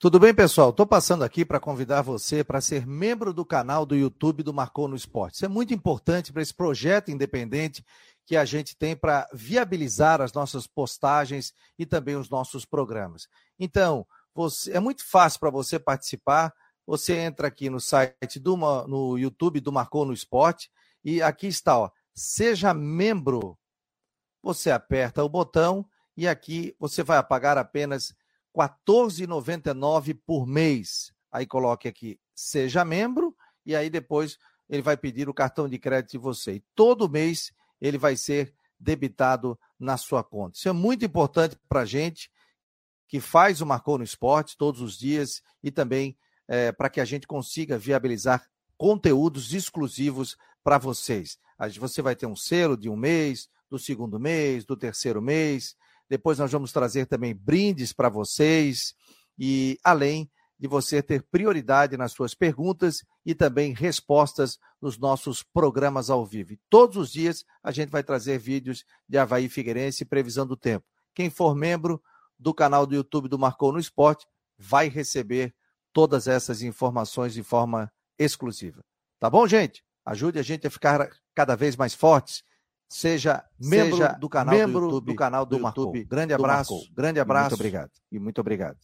Tudo bem, pessoal? Estou passando aqui para convidar você para ser membro do canal do YouTube do Marcou no Esporte. Isso é muito importante para esse projeto independente que a gente tem para viabilizar as nossas postagens e também os nossos programas. Então, é muito fácil para você participar. Você entra aqui no site no YouTube do Marcou no Esporte e aqui está, ó, seja membro. Você aperta o botão e aqui você vai pagar apenas R$ 14,99 por mês. Aí coloque aqui, seja membro, e aí depois ele vai pedir o cartão de crédito de você. E todo mês ele vai ser debitado na sua conta. Isso é muito importante para a gente que faz o Marcou no Esporte todos os dias e também para que a gente consiga viabilizar conteúdos exclusivos para vocês. Você vai ter um selo de um mês, do segundo mês, do terceiro mês. Depois nós vamos trazer também brindes para vocês e além de você ter prioridade nas suas perguntas e também respostas nos nossos programas ao vivo. E todos os dias a gente vai trazer vídeos de Avaí Figueirense e previsão do tempo. Quem for membro do canal do YouTube do Marcou no Esporte vai receber todas essas informações de forma exclusiva. Tá bom, gente? Ajude a gente a ficar cada vez mais fortes. Seja membro do canal do YouTube. Grande abraço, muito obrigado. E muito obrigado.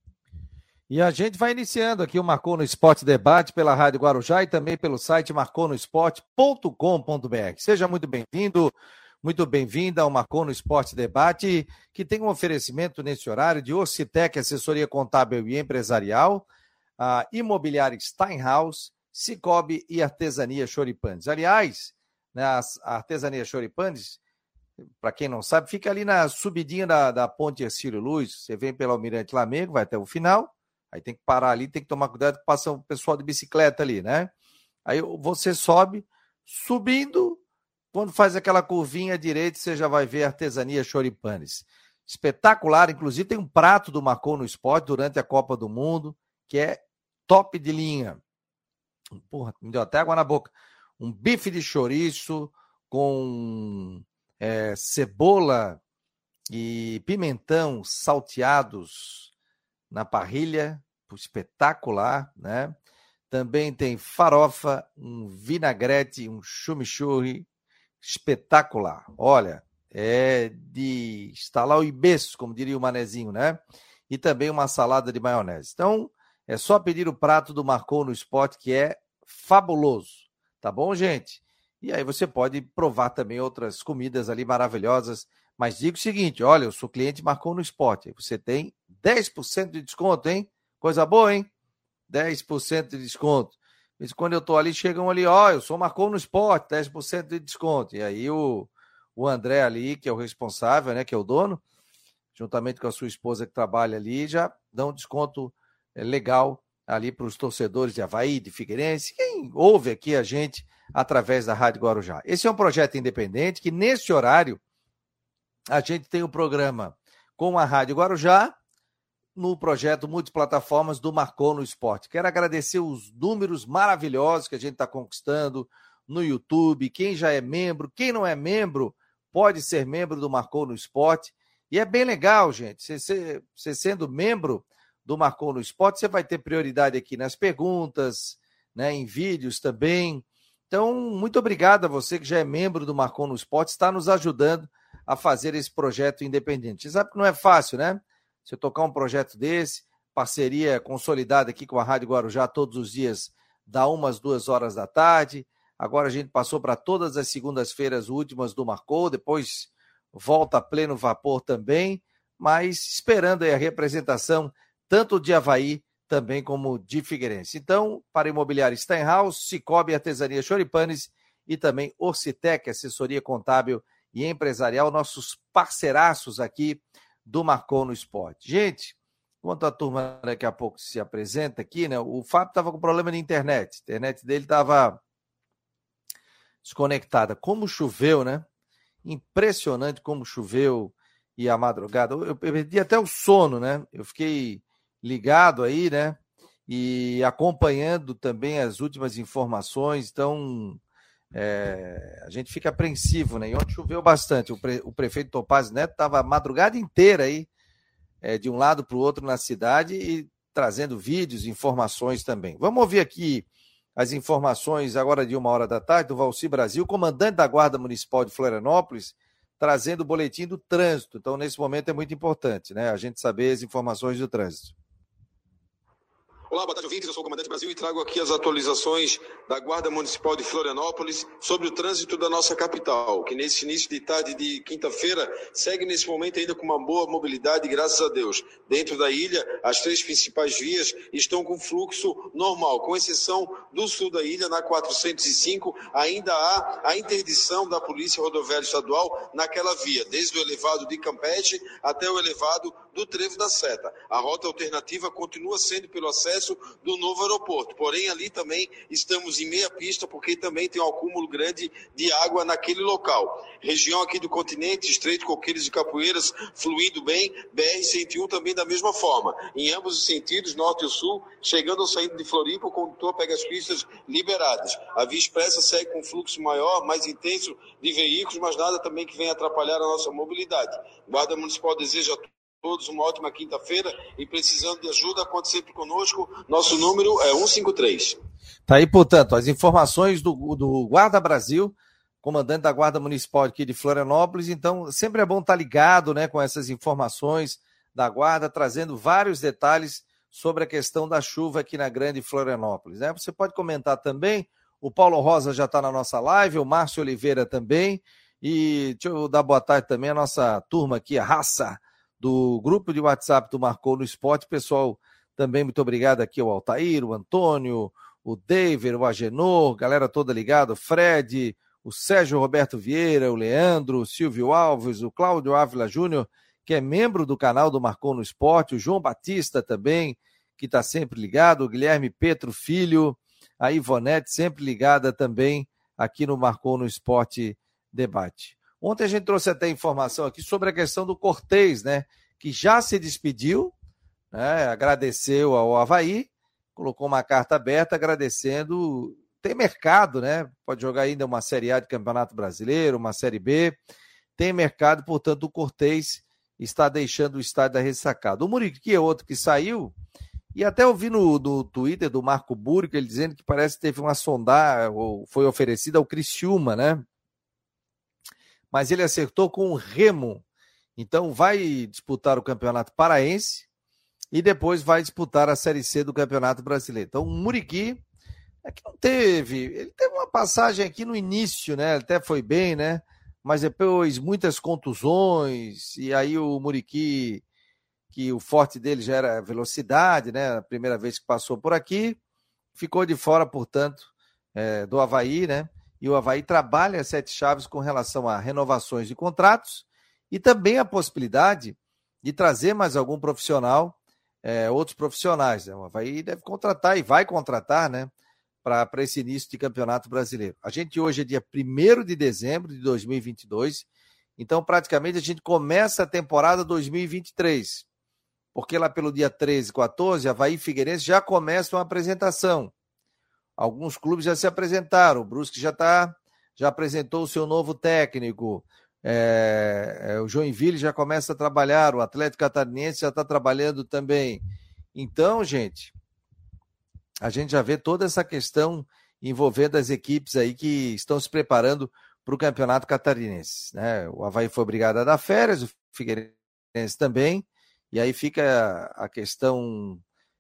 E a gente vai iniciando aqui o Marcou no Esporte Debate pela Rádio Guarujá e também pelo site marconosport.com.br. Seja muito bem-vindo, muito bem-vinda ao Marcou no Esporte Debate, que tem um oferecimento nesse horário de Orcitec, assessoria contábil e empresarial, a Imobiliária Steinhaus, Cicobi e Artesania Choripanes. Aliás, a Artesania Choripanes, para quem não sabe, fica ali na subidinha da Ponte Hercílio Luz. Você vem pelo Almirante Lamego, vai até o final, aí tem que parar ali, tem que tomar cuidado que passa o pessoal de bicicleta ali, né? Aí você sobe, subindo, quando faz aquela curvinha à direita, você já vai ver a Artesania Choripanes. Espetacular, inclusive tem um prato do Marcou no Esporte durante a Copa do Mundo, que é top de linha. Porra, me deu até água na boca. Um bife de chouriço com cebola e pimentão salteados na parrilha, espetacular, né? Também tem farofa, um vinagrete, um chimichurri, espetacular. Olha, é de estalar o ibeço, como diria o manezinho, né? E também uma salada de maionese. Então, é só pedir o prato do Marcou no Esporte, que é fabuloso. Tá bom, gente? E aí você pode provar também outras comidas ali maravilhosas. Mas digo o seguinte, olha, eu sou cliente Marcou no Esporte. Você tem 10% de desconto, hein? Coisa boa, hein? 10% de desconto. Mas quando eu tô ali, chegam ali, ó, eu sou Marcou no Esporte, 10% de desconto. E aí o André ali, que é o responsável, né, que é o dono, juntamente com a sua esposa que trabalha ali, já dão um desconto legal ali para os torcedores de Avaí, de Figueirense, quem ouve aqui a gente através da Rádio Guarujá. Esse é um projeto independente que, nesse horário, a gente tem um programa com a Rádio Guarujá no projeto multiplataformas do Marcou no Esporte. Quero agradecer os números maravilhosos que a gente está conquistando no YouTube. Quem já é membro, quem não é membro, pode ser membro do Marcou no Esporte. E é bem legal, gente. Você sendo membro do Marcou no Esporte, você vai ter prioridade aqui nas perguntas, né, em vídeos também. Então, muito obrigado a você que já é membro do Marcou no Esporte, está nos ajudando a fazer esse projeto independente. Você sabe que não é fácil, né? Você tocar um projeto desse, parceria consolidada aqui com a Rádio Guarujá todos os dias, da 1 às 2 horas da tarde. Agora a gente passou para todas as segundas-feiras últimas do Marcou, depois volta a pleno vapor também, mas esperando aí a representação tanto de Avaí, também como de Figueirense. Então, para Imobiliária Steinhaus, Cicobi, Artesania Choripanes e também Orcitec, assessoria contábil e empresarial, nossos parceiraços aqui do Marcou no Esporte. Gente, enquanto a turma daqui a pouco se apresenta aqui, né? O Fábio estava com problema na internet. A internet dele estava desconectada. Como choveu, né? Impressionante como choveu e a madrugada. Eu perdi até o sono, né? Eu fiquei ligado aí, né? E acompanhando também as últimas informações. Então, a gente fica apreensivo, né? E ontem choveu bastante. O prefeito Topazio Neto estava a madrugada inteira aí, de um lado para o outro na cidade, e trazendo vídeos, informações também. Vamos ouvir aqui as informações agora de 13h do Valci Brasil, comandante da Guarda Municipal de Florianópolis, trazendo o boletim do trânsito. Então, nesse momento é muito importante, né, a gente saber as informações do trânsito. Olá, boa tarde, ouvintes. Eu sou o Comandante Brasil e trago aqui as atualizações da Guarda Municipal de Florianópolis sobre o trânsito da nossa capital, que nesse início de tarde de quinta-feira segue nesse momento ainda com uma boa mobilidade, graças a Deus. Dentro da ilha, as 3 principais vias estão com fluxo normal, com exceção do sul da ilha, na 405, ainda há a interdição da Polícia Rodoviária Estadual naquela via, desde o elevado de Campeche até o elevado do Trevo da Seta. A rota alternativa continua sendo pelo acesso do novo aeroporto, porém ali também estamos em meia pista, porque também tem um acúmulo grande de água naquele local. Região aqui do continente, Estreito Coqueiros e Capoeiras, fluindo bem, BR-101 também da mesma forma. Em ambos os sentidos, norte e sul, chegando ou saindo de Floripa, o condutor pega as pistas liberadas. A Via Expressa segue com fluxo maior, mais intenso de veículos, mas nada também que venha atrapalhar a nossa mobilidade. Guarda Municipal deseja a todos uma ótima quinta-feira e precisando de ajuda, conte sempre conosco. Nosso número é 153. Tá aí, portanto, as informações do Guarda Brasil, comandante da Guarda Municipal aqui de Florianópolis. Então, sempre é bom estar ligado, né, com essas informações da Guarda, trazendo vários detalhes sobre a questão da chuva aqui na Grande Florianópolis, né? Você pode comentar também, o Paulo Rosa já está na nossa live, o Márcio Oliveira também, e deixa eu dar boa tarde também à nossa turma aqui, a raça do grupo de WhatsApp do Marcou no Esporte. Pessoal, também muito obrigado aqui ao Altair, o Antônio, o David, o Agenor, galera toda ligada, o Fred, o Sérgio Roberto Vieira, o Leandro, o Silvio Alves, o Cláudio Ávila Júnior, que é membro do canal do Marcou no Esporte, o João Batista também, que está sempre ligado, o Guilherme Petro Filho, a Ivonete, sempre ligada também aqui no Marcou no Esporte Debate. Ontem a gente trouxe até informação aqui sobre a questão do Cortez, né, que já se despediu, né, agradeceu ao Avaí, colocou uma carta aberta agradecendo, tem mercado, né, pode jogar ainda uma Série A de Campeonato Brasileiro, uma Série B, tem mercado, portanto o Cortez está deixando o estádio da Ressacada. O Muriqui é outro que saiu, e até eu vi no Twitter do Marco Búrico, ele dizendo que parece que teve uma sondagem, ou foi oferecida ao Criciúma, né, mas ele acertou com o Remo, então vai disputar o Campeonato Paraense e depois vai disputar a Série C do Campeonato Brasileiro. Então o Muriqui é que não teve, ele teve uma passagem aqui no início, né, até foi bem, né, mas depois muitas contusões, e aí o Muriqui, que o forte dele já era velocidade, né, a primeira vez que passou por aqui, ficou de fora, portanto, do Avaí, né, e o Avaí trabalha as 7 chaves com relação a renovações de contratos e também a possibilidade de trazer mais algum profissional, outros profissionais. Né? O Avaí deve contratar e vai contratar, né, para esse início de Campeonato Brasileiro. A gente hoje é dia 1º de dezembro de 2022, então praticamente a gente começa a temporada 2023, porque lá pelo dia 13, 14, Avaí e Figueirense já começam a apresentação. Alguns clubes já se apresentaram, o Brusque já apresentou o seu novo técnico, o Joinville já começa a trabalhar, o Atlético Catarinense já está trabalhando também. Então, gente, a gente já vê toda essa questão envolvendo as equipes aí que estão se preparando para o Campeonato Catarinense. Né? O Avaí foi obrigado a dar férias, o Figueirense também, e aí fica a questão...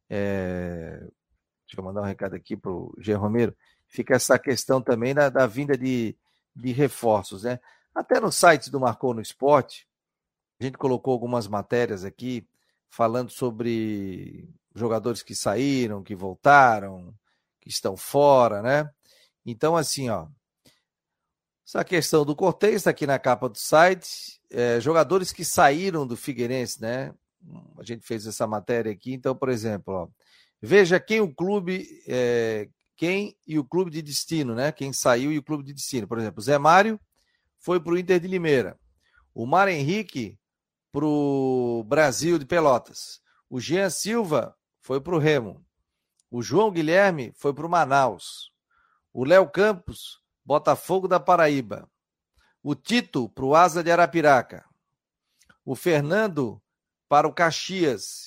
Deixa eu mandar um recado aqui para o G. Romero. Fica essa questão também da vinda de reforços, né? Até no site do Marcou no Esporte, a gente colocou algumas matérias aqui falando sobre jogadores que saíram, que voltaram, que estão fora, né? Então, assim, ó, essa questão do Cortez está aqui na capa do site. Jogadores que saíram do Figueirense, né? A gente fez essa matéria aqui. Então, por exemplo, ó, veja quem o clube e o clube de destino, né? Quem saiu e o clube de destino. Por exemplo, o Zé Mário foi para o Inter de Limeira. O Mário Henrique para o Brasil de Pelotas. O Jean Silva foi para o Remo. O João Guilherme foi para o Manaus. O Léo Campos, Botafogo da Paraíba. O Tito para o Asa de Arapiraca. O Fernando para o Caxias.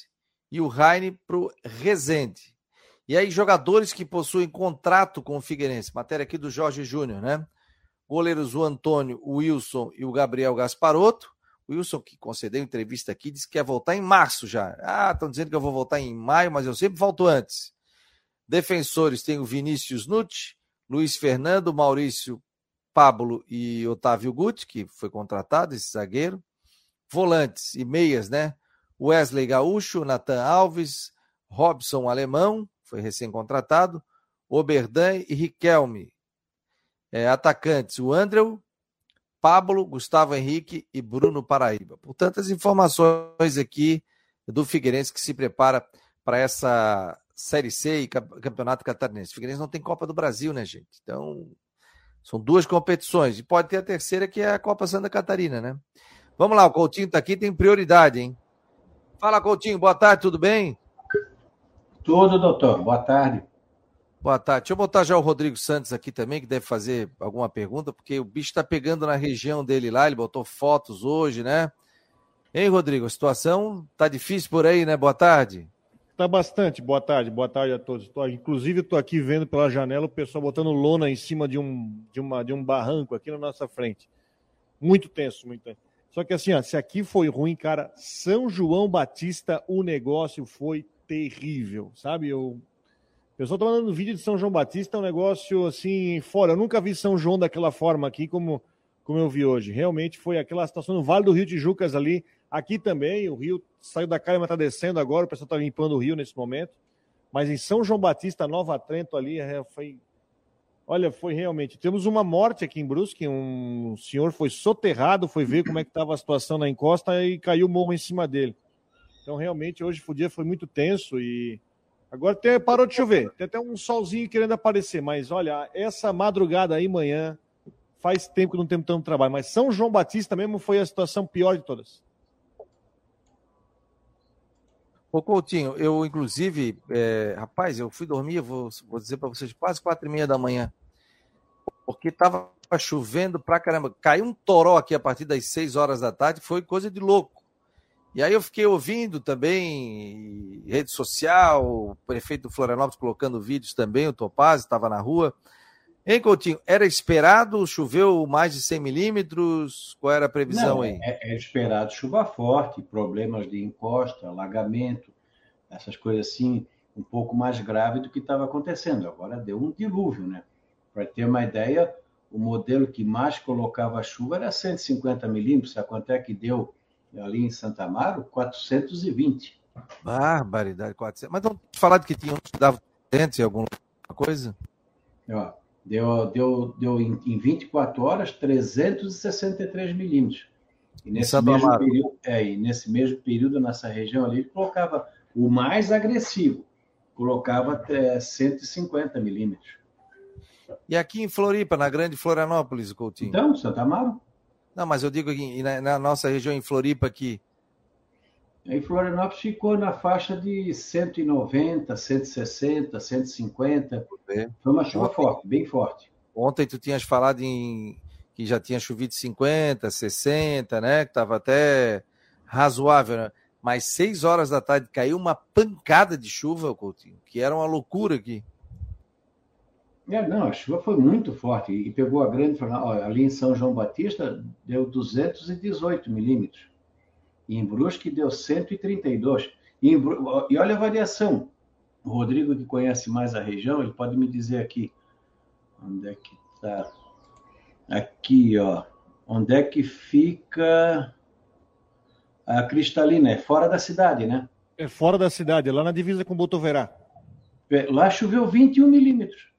e o Raine para o Resende. E aí, jogadores que possuem contrato com o Figueirense. Matéria aqui do Jorge Júnior, né? Goleiros o Antônio, o Wilson e o Gabriel Gasparotto. O Wilson, que concedeu entrevista aqui, disse que quer voltar em março já. Estão dizendo que eu vou voltar em maio, mas eu sempre volto antes. Defensores tem o Vinícius Nutti, Luiz Fernando, Maurício Pablo e Otávio Guti, que foi contratado, esse zagueiro. Volantes e meias, né? Wesley Gaúcho, Natan Alves, Robson Alemão, foi recém-contratado, Oberdan e Riquelme. Atacantes, o Andreu, Pablo, Gustavo Henrique e Bruno Paraíba. Portanto, as informações aqui do Figueirense que se prepara para essa Série C e Campeonato Catarinense. O Figueirense não tem Copa do Brasil, né, gente? Então, são 2 competições. E pode ter a terceira, que é a Copa Santa Catarina, né? Vamos lá, o Coutinho está aqui, tem prioridade, hein? Fala, Coutinho, boa tarde, tudo bem? Tudo, doutor, boa tarde. Boa tarde. Deixa eu botar já o Rodrigo Santos aqui também, que deve fazer alguma pergunta, porque o bicho está pegando na região dele lá, ele botou fotos hoje, né? Hein, Rodrigo, a situação tá difícil por aí, né? Boa tarde. Tá bastante. Boa tarde a todos. Inclusive, estou aqui vendo pela janela o pessoal botando lona em cima de um barranco aqui na nossa frente. Muito tenso, muito tenso. Só que assim, ó, se aqui foi ruim, cara, São João Batista, o negócio foi terrível, sabe? O pessoal tá mandando vídeo de São João Batista, é um negócio assim, fora. Eu nunca vi São João daquela forma aqui como eu vi hoje. Realmente foi aquela situação no Vale do Rio Tijucas ali. Aqui também, o rio saiu da calha, mas está descendo agora, o pessoal está limpando o rio nesse momento. Mas em São João Batista, Nova Trento ali, foi realmente... Temos uma morte aqui em Brusque, um senhor foi soterrado, foi ver como é que estava a situação na encosta e caiu o morro em cima dele. Então, realmente, hoje o dia foi muito tenso e agora até parou de chover. Tem até um solzinho querendo aparecer, mas olha, essa madrugada aí, manhã, faz tempo que não temos tanto trabalho. Mas São João Batista mesmo foi a situação pior de todas. Ô Coutinho, eu inclusive, rapaz, eu fui dormir, vou dizer para vocês, quase 4h30 da manhã, porque estava chovendo pra caramba. Caiu um toró aqui a partir das 6 horas da tarde, foi coisa de louco. E aí eu fiquei ouvindo também, rede social, o prefeito do Florianópolis colocando vídeos também, o Topazio estava na rua. Hein, Coutinho, era esperado? Choveu mais de 100 milímetros? Qual era a previsão aí? É esperado chuva forte, problemas de encosta, alagamento, essas coisas assim, um pouco mais grave do que estava acontecendo. Agora deu um dilúvio, né? Para ter uma ideia, o modelo que mais colocava chuva era 150 milímetros. Sabe quanto é que deu ali em Santa Amaro? 420. Barbaridade, 400. Mas não falaram que tinha uns que davam 300 e alguma coisa? Ó, deu em 24 horas 363 milímetros. E nesse mesmo período, nessa região ali, ele colocava o mais agressivo, colocava até 150 milímetros. E aqui em Floripa, na grande Florianópolis, Coutinho? Então, Santa Amaro? Não, mas eu digo aqui, na nossa região em Floripa aqui. Em Florianópolis ficou na faixa de 190, 160, 150. Foi uma chuva forte, bem forte. Ontem tu tinhas falado que já tinha chovido 50, 60, né? Que estava até razoável, né? Mas 6 horas da tarde caiu uma pancada de chuva, Coutinho, que era uma loucura aqui. Não, a chuva foi muito forte e pegou a grande... Ali em São João Batista deu 218 milímetros. E em Brusque deu 132. E olha a variação. O Rodrigo, que conhece mais a região, ele pode me dizer aqui. Onde é que está? Aqui, ó. Onde é que fica a Cristalina? É fora da cidade, né? É fora da cidade, é lá na divisa com Botoverá. Lá choveu 21 milímetros.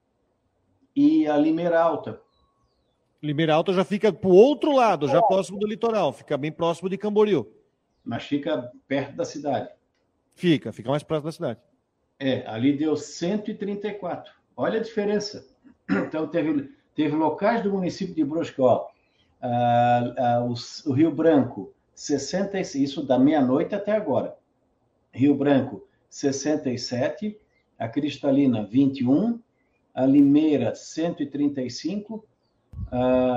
E a Limeira Alta? Limeira Alta já fica para o outro lado, já próximo do litoral, fica bem próximo de Camboriú. Mas fica perto da cidade. Fica mais próximo da cidade. Ali deu 134. Olha a diferença. Então, teve locais do município de Brusque, ó, o Rio Branco, 66, isso da meia-noite até agora. Rio Branco, 67, a Cristalina, 21, a Limeira, 135,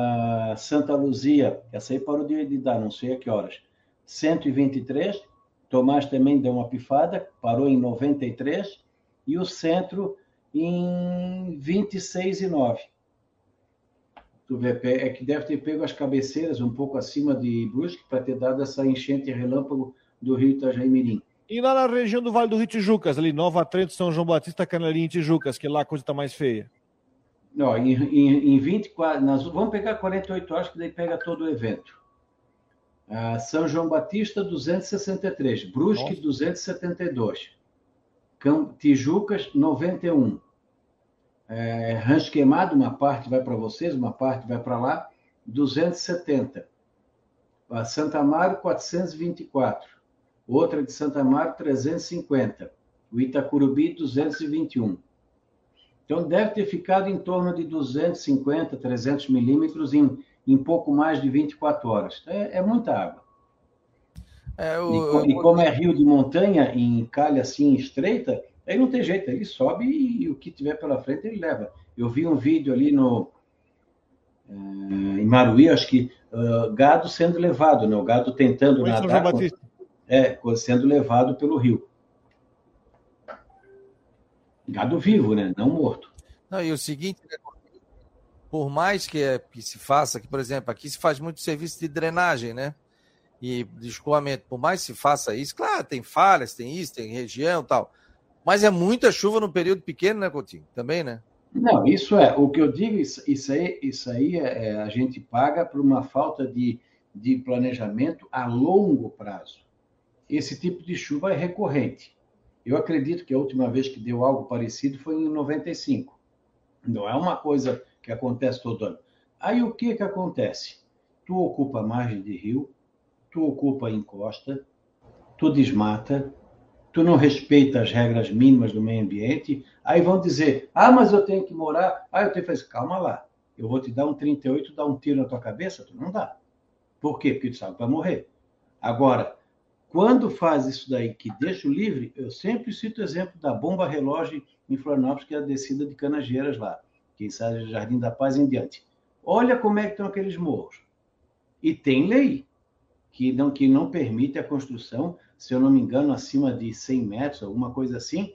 Santa Luzia, essa aí parou de dar, não sei a que horas, 123, Tomás também deu uma pifada, parou em 93, e o Centro em 26,9. Tu vê, é que deve ter pego as cabeceiras um pouco acima de Brusque para ter dado essa enchente relâmpago do rio Itajaí-Mirim. E lá na região do Vale do Rio Tijucas, ali, Nova Trento, São João Batista, Canelinha e Tijucas, que lá a coisa está mais feia. Não, em 24, vamos pegar 48 horas, que daí pega todo o evento. São João Batista, 263. Brusque, nossa, 272. Tijucas, 91. Rancho Queimado, uma parte vai para vocês, uma parte vai para lá, 270. Santa Amaro, 424. Outra de Santa Amaro, 350. O Itacurubi, 221. Então, deve ter ficado em torno de 250, 300 milímetros em pouco mais de 24 horas. É muita água. E como é rio de montanha, em calha assim estreita, aí não tem jeito, ele sobe e o que tiver pela frente ele leva. Eu vi um vídeo ali em Maruí, acho que gado sendo levado, né? O gado tentando nadar, sendo levado pelo rio. Gado vivo, né? Não morto. Não, e o seguinte, por mais que se faça, que, por exemplo, aqui se faz muito serviço de drenagem, né? E de escoamento, por mais que se faça isso, claro, tem falhas, tem isso, tem região e tal, mas é muita chuva no período pequeno, né, Coutinho? Também, né? Não, isso o que eu digo, isso aí a gente paga por uma falta de planejamento a longo prazo. Esse tipo de chuva é recorrente. Eu acredito que a última vez que deu algo parecido foi em 95. Não é uma coisa que acontece todo ano. Aí o que acontece? Tu ocupa a margem de rio, tu ocupa a encosta, tu desmata, tu não respeita as regras mínimas do meio ambiente, aí vão dizer, mas eu tenho que morar, eu tenho que fazer, calma lá, eu vou te dar um 38, dar um tiro na tua cabeça? Tu não dá. Por quê? Porque tu sabe que vai morrer. Agora, quando faz isso daí, que deixa o livre, eu sempre cito o exemplo da bomba relógio em Florianópolis, que é a descida de Canageiras lá, quem sabe Jardim da Paz em diante. Olha como é que estão aqueles morros. E tem lei que não permite a construção, se eu não me engano, acima de 100 metros, alguma coisa assim.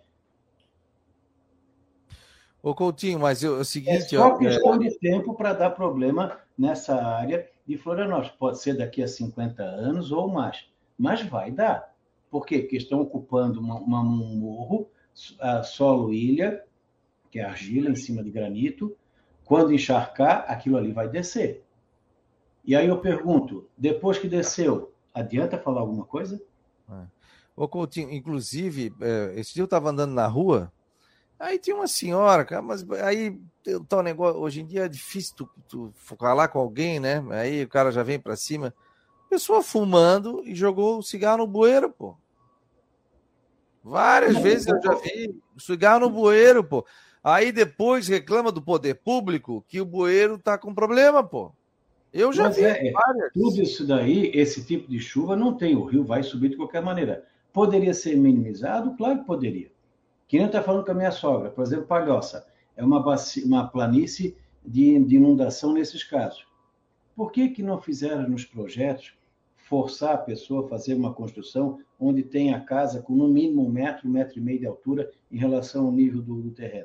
Ô Coutinho, mas o seguinte... É só questão de tempo para dar problema nessa área de Florianópolis. Pode ser daqui a 50 anos ou mais. Mas vai dar. Por quê? Porque estão ocupando um morro, solo ilha, que é argila em cima de granito. Quando encharcar, aquilo ali vai descer. E aí eu pergunto, depois que desceu, adianta falar alguma coisa? Ô Coutinho, inclusive, esse dia eu estava andando na rua, aí tinha uma senhora, cara, mas aí tá um negócio, hoje em dia é difícil tu falar com alguém, né? Aí o cara já vem para cima. Pessoa fumando e jogou o cigarro no bueiro, pô. Várias vezes eu já vi cigarro no bueiro, pô. Aí depois reclama do poder público que o bueiro tá com problema, pô. Eu já vi várias. Tudo isso daí, esse tipo de chuva não tem, o rio vai subir de qualquer maneira. Poderia ser minimizado? Claro que poderia. Que nem está falando com a minha sogra, por exemplo, Palhoça, é uma planície de inundação nesses casos. Por que não fizeram nos projetos forçar a pessoa a fazer uma construção onde tem a casa com no mínimo 1 metro, 1,5 metro de altura em relação ao nível do terreno?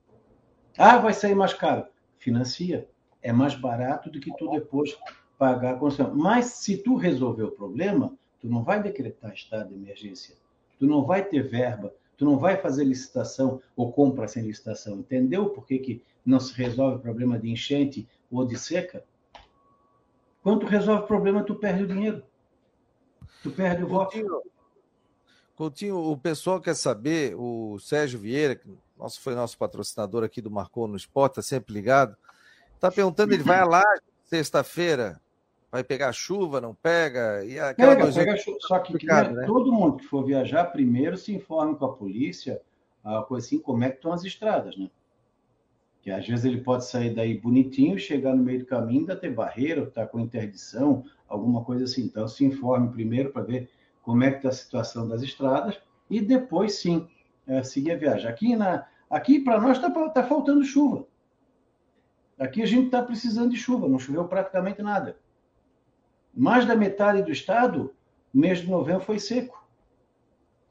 Vai sair mais caro. Financia. É mais barato do que tu depois pagar a construção. Mas se tu resolver o problema, tu não vai decretar estado de emergência. Tu não vai ter verba. Tu não vai fazer licitação ou compra sem licitação. Entendeu por que não se resolve o problema de enchente ou de seca? Quando tu resolve o problema, tu perde o dinheiro. Tu perde o voto. Coutinho, o pessoal quer saber, o Sérgio Vieira, que foi nosso patrocinador aqui do Marcou no Esporte, está sempre ligado, está perguntando, ele vai lá sexta-feira, vai pegar chuva, não pega? E pega chuva, só que né? Todo mundo que for viajar, primeiro se informe com a polícia, coisa assim, como é que estão as estradas, né? Que às vezes ele pode sair daí bonitinho, chegar no meio do caminho, ainda ter barreira, tá com interdição, alguma coisa assim. Então, se informe primeiro para ver como é que está a situação das estradas e depois, sim, seguir a viagem. Aqui para nós tá faltando chuva. Aqui a gente está precisando de chuva, não choveu praticamente nada. Mais da metade do estado, o mês de novembro foi seco.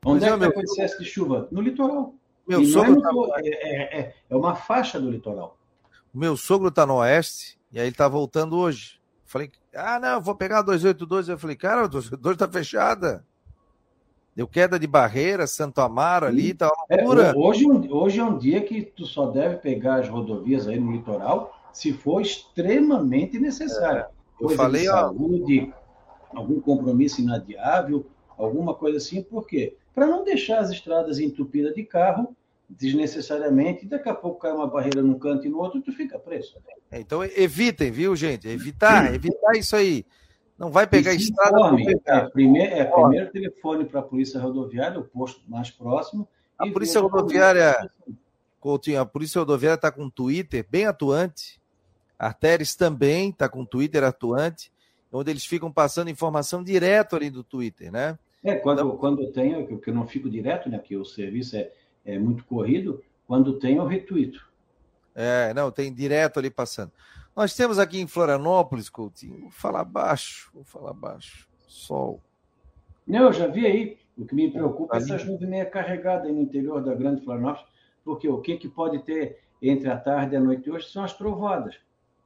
Onde é que vai com excesso de chuva? No litoral. Meu sogro é uma faixa do litoral. O meu sogro está no oeste e aí ele está voltando hoje. Falei, não, vou pegar a 282. Eu falei, cara, a 282 está fechada. Deu queda de barreira, Santo Amaro ali, tá uma loucura. Hoje é um dia que tu só deve pegar as rodovias aí no litoral se for extremamente necessário. Eu falei, de saúde, algum compromisso inadiável, alguma coisa assim, por quê? Para não deixar as estradas entupidas de carro desnecessariamente, daqui a pouco cai uma barreira num canto e no outro, tu fica preso. Então evitem, viu, gente? Evitar isso aí. Não vai pegar a estrada. Primeiro telefone para a Polícia Rodoviária, o posto mais próximo. A Polícia Rodoviária, Coutinho, a Polícia Rodoviária está com um Twitter bem atuante. A Arteres também está com um Twitter atuante, onde eles ficam passando informação direto ali do Twitter, né? Quando eu tenho, que eu não fico direto, né? Que o serviço é muito corrido, quando tem eu retuito. Não, tem direto ali passando. Nós temos aqui em Florianópolis, Coutinho, vou falar baixo. Sol. Não, eu já vi aí. O que me preocupa é essas nuvens meio carregadas aí no interior da Grande Florianópolis, porque o que pode ter entre a tarde e a noite hoje são as trovoadas.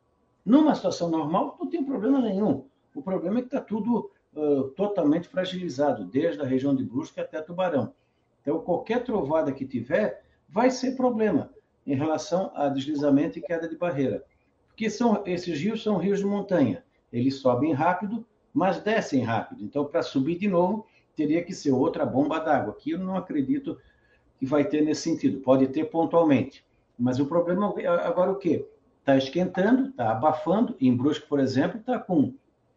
Numa situação normal, não tem problema nenhum. O problema é que está tudo totalmente fragilizado, desde a região de Brusque até Tubarão. Então, qualquer trovada que tiver, vai ser problema em relação a deslizamento e queda de barreira. Porque esses rios são rios de montanha. Eles sobem rápido, mas descem rápido. Então, para subir de novo, teria que ser outra bomba d'água, que eu não acredito que vai ter nesse sentido. Pode ter pontualmente. Mas o problema agora o quê? Está esquentando, está abafando. Em Brusque, por exemplo, está com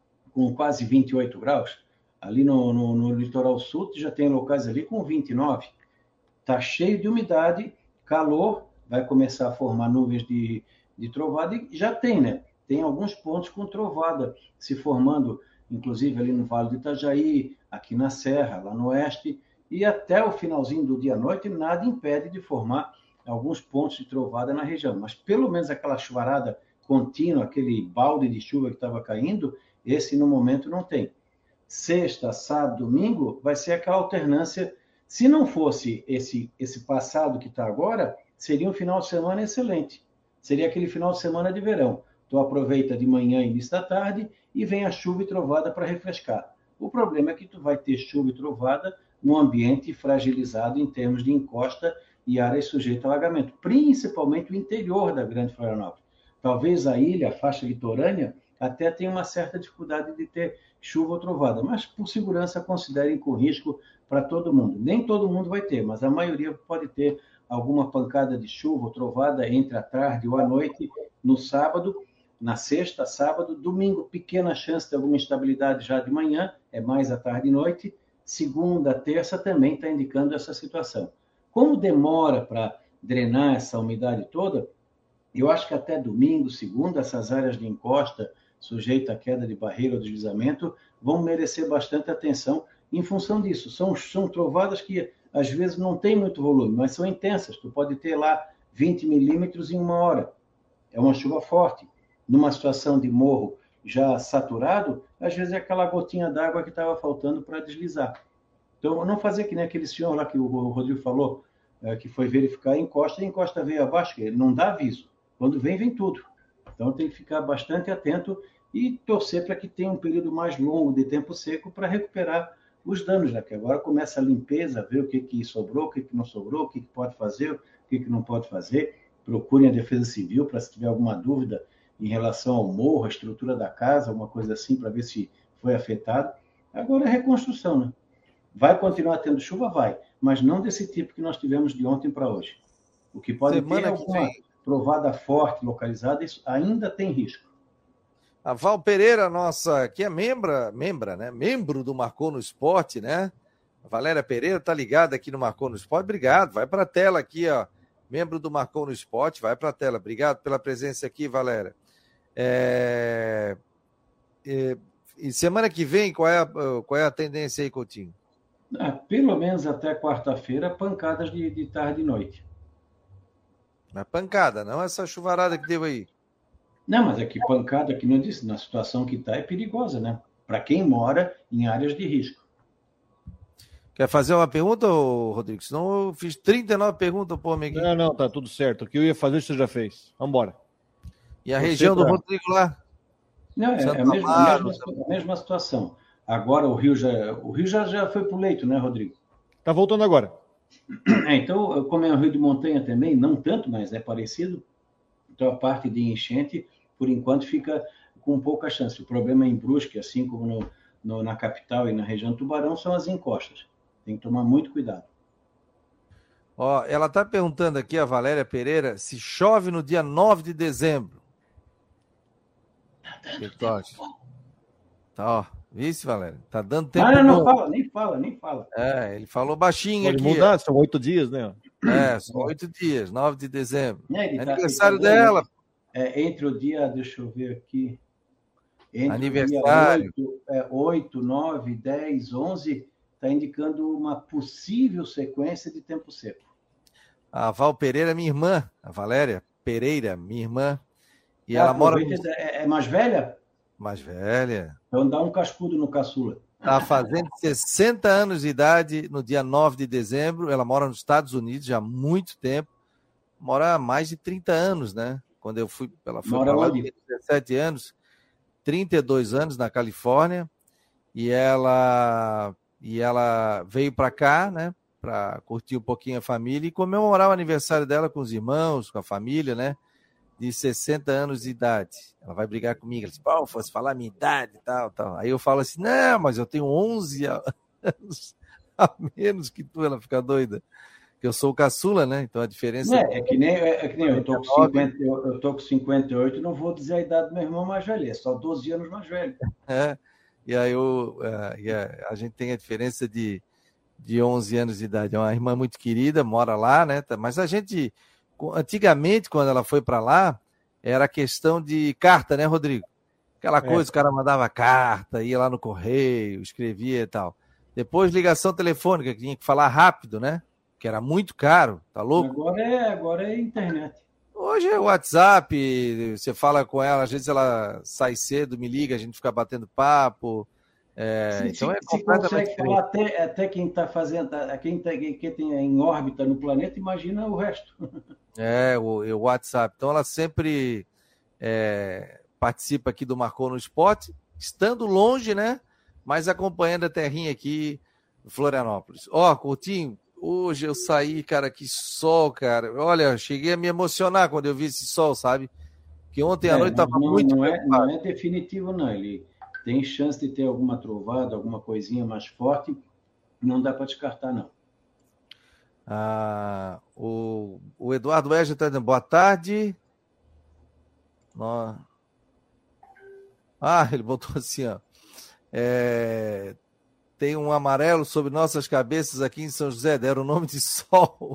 quase 28 graus. Ali no litoral sul, já tem locais ali com 29. Está cheio de umidade, calor, vai começar a formar nuvens de trovada, e já tem, né? Tem alguns pontos com trovada se formando, inclusive ali no Vale do Itajaí, aqui na Serra, lá no oeste, e até o finalzinho do dia à noite, nada impede de formar alguns pontos de trovada na região. Mas pelo menos aquela chuvarada contínua, aquele balde de chuva que estava caindo, esse no momento não tem. Sexta, sábado, domingo, vai ser aquela alternância. Se não fosse esse passado que está agora, seria um final de semana excelente. Seria aquele final de semana de verão. Tu aproveita de manhã e início da tarde e vem a chuva e trovada para refrescar. O problema é que tu vai ter chuva e trovada num ambiente fragilizado em termos de encosta e áreas sujeitas a alagamento, principalmente o interior da Grande Florianópolis. Talvez a ilha, a faixa litorânea, até tenha uma certa dificuldade de ter chuva ou trovada, mas por segurança considerem com risco para todo mundo. Nem todo mundo vai ter, mas a maioria pode ter alguma pancada de chuva ou trovada entre a tarde ou a noite, no sábado, na sexta, sábado, domingo, pequena chance de alguma instabilidade já de manhã, é mais à tarde e noite, segunda, terça também está indicando essa situação. Como demora para drenar essa umidade toda, eu acho que até domingo, segunda, essas áreas de encosta sujeitas à queda de barreira ou deslizamento vão merecer bastante atenção em função disso. São trovadas que às vezes não tem muito volume, mas são intensas. Tu pode ter lá 20 milímetros em uma hora. É uma chuva forte. Numa situação de morro já saturado, às vezes é aquela gotinha d'água que estava faltando para deslizar. Então, não fazer que nem aquele senhor lá que o Rodrigo falou, que foi verificar a encosta veio abaixo, que não dá aviso. Quando vem tudo. Então, tem que ficar bastante atento e torcer para que tenha um período mais longo de tempo seco para recuperar os danos, né? Que agora começa a limpeza, ver o que sobrou, o que não sobrou, o que pode fazer, o que não pode fazer. Procurem a Defesa Civil para se tiver alguma dúvida em relação ao morro, a estrutura da casa, alguma coisa assim, para ver se foi afetado. Agora é reconstrução, né? Vai continuar tendo chuva? Vai, mas não desse tipo que nós tivemos de ontem para hoje. O que pode ter alguma trovada forte, localizada, isso ainda tem risco. A Val Pereira, nossa, que é membro do Marcou no Esporte, né? A Valéria Pereira tá ligada aqui no Marcou no Esporte. Obrigado, vai para a tela aqui, ó. Membro do Marcou no Esporte, vai para a tela. Obrigado pela presença aqui, Valéria. E semana que vem, qual é a tendência aí, Coutinho? Pelo menos até quarta-feira, pancadas de tarde e noite. Na pancada, não essa chuvarada que deu aí. Não, mas é que pancada, que não disse, na situação que está, é perigosa, né? Para quem mora em áreas de risco. Quer fazer uma pergunta, Rodrigo? Senão eu fiz 39 perguntas, pô, amiguinho. Não, tá tudo certo. O que eu ia fazer, você já fez. Vambora. E a região do Rodrigo lá? Não, é a mesma situação. Agora o Rio já foi para o leito, né, Rodrigo? Tá voltando agora. Então, como é um rio de montanha também, não tanto, mas é parecido. Então, a parte de enchente, por enquanto, fica com pouca chance. O problema em Brusque, assim como na capital e na região do Tubarão, são as encostas. Tem que tomar muito cuidado. Ó, ela está perguntando aqui, a Valéria Pereira, se chove no dia 9 de dezembro. Que toque. Tá, ó. Vice, Valéria? Tá dando tempo. Não fala, nem fala. Ele falou baixinho Pode aqui. Pode mudar, são 8 dias, né? São 8 dias, 9 de dezembro. Aniversário dela. Entre o dia, deixa eu ver aqui. Entre aniversário. O dia 8, 9, 10, 11, está indicando uma possível sequência de tempo seco. A Val Pereira, minha irmã. A Valéria Pereira, minha irmã. E ela mora. É mais velha? Mais velha. Então dá um cascudo no caçula. Está fazendo 60 anos de idade no dia 9 de dezembro. Ela mora nos Estados Unidos já há muito tempo. Mora há mais de 30 anos, né? Quando eu fui, ela foi para lá, tinha 17 anos, 32 anos na Califórnia. E ela veio para cá, né? Para curtir um pouquinho a família e comemorar o aniversário dela com os irmãos, com a família, né? De 60 anos de idade. Ela vai brigar comigo. Ela diz, pô, fosse falar a minha idade e tal. Aí eu falo assim, não, mas eu tenho 11 anos a menos que tu. Ela fica doida. Porque eu sou o caçula, né? Então a diferença... É que nem eu tô com 50, eu tô com 58, não vou dizer a idade do meu irmão mais velho, é só 12 anos mais velho. E aí a gente tem a diferença de 11 anos de idade. É uma irmã muito querida, mora lá, né? Mas a gente... Antigamente, quando ela foi para lá, era questão de carta, né, Rodrigo? Aquela coisa, o cara mandava carta, ia lá no correio, escrevia e tal. Depois, ligação telefônica, que tinha que falar rápido, né? Que era muito caro, tá louco? Agora é internet. Hoje é WhatsApp, você fala com ela, às vezes ela sai cedo, me liga, a gente fica batendo papo. Então se consegue falar até quem está fazendo, quem tem em órbita no planeta, imagina o resto. O WhatsApp. Então ela sempre participa aqui do Marcou no Esporte, estando longe, né? Mas acompanhando a terrinha aqui, Florianópolis. Coutinho, hoje eu saí, cara, que sol, cara. Olha, cheguei a me emocionar quando eu vi esse sol, sabe? Que ontem à noite estava muito... Não é definitivo, não. Ele tem chance de ter alguma trovada, alguma coisinha mais forte. Não dá para descartar, não. O Eduardo Weger está dizendo boa tarde. Ele botou assim, ó. Tem um amarelo sobre nossas cabeças aqui em São José. Deram o nome de sol.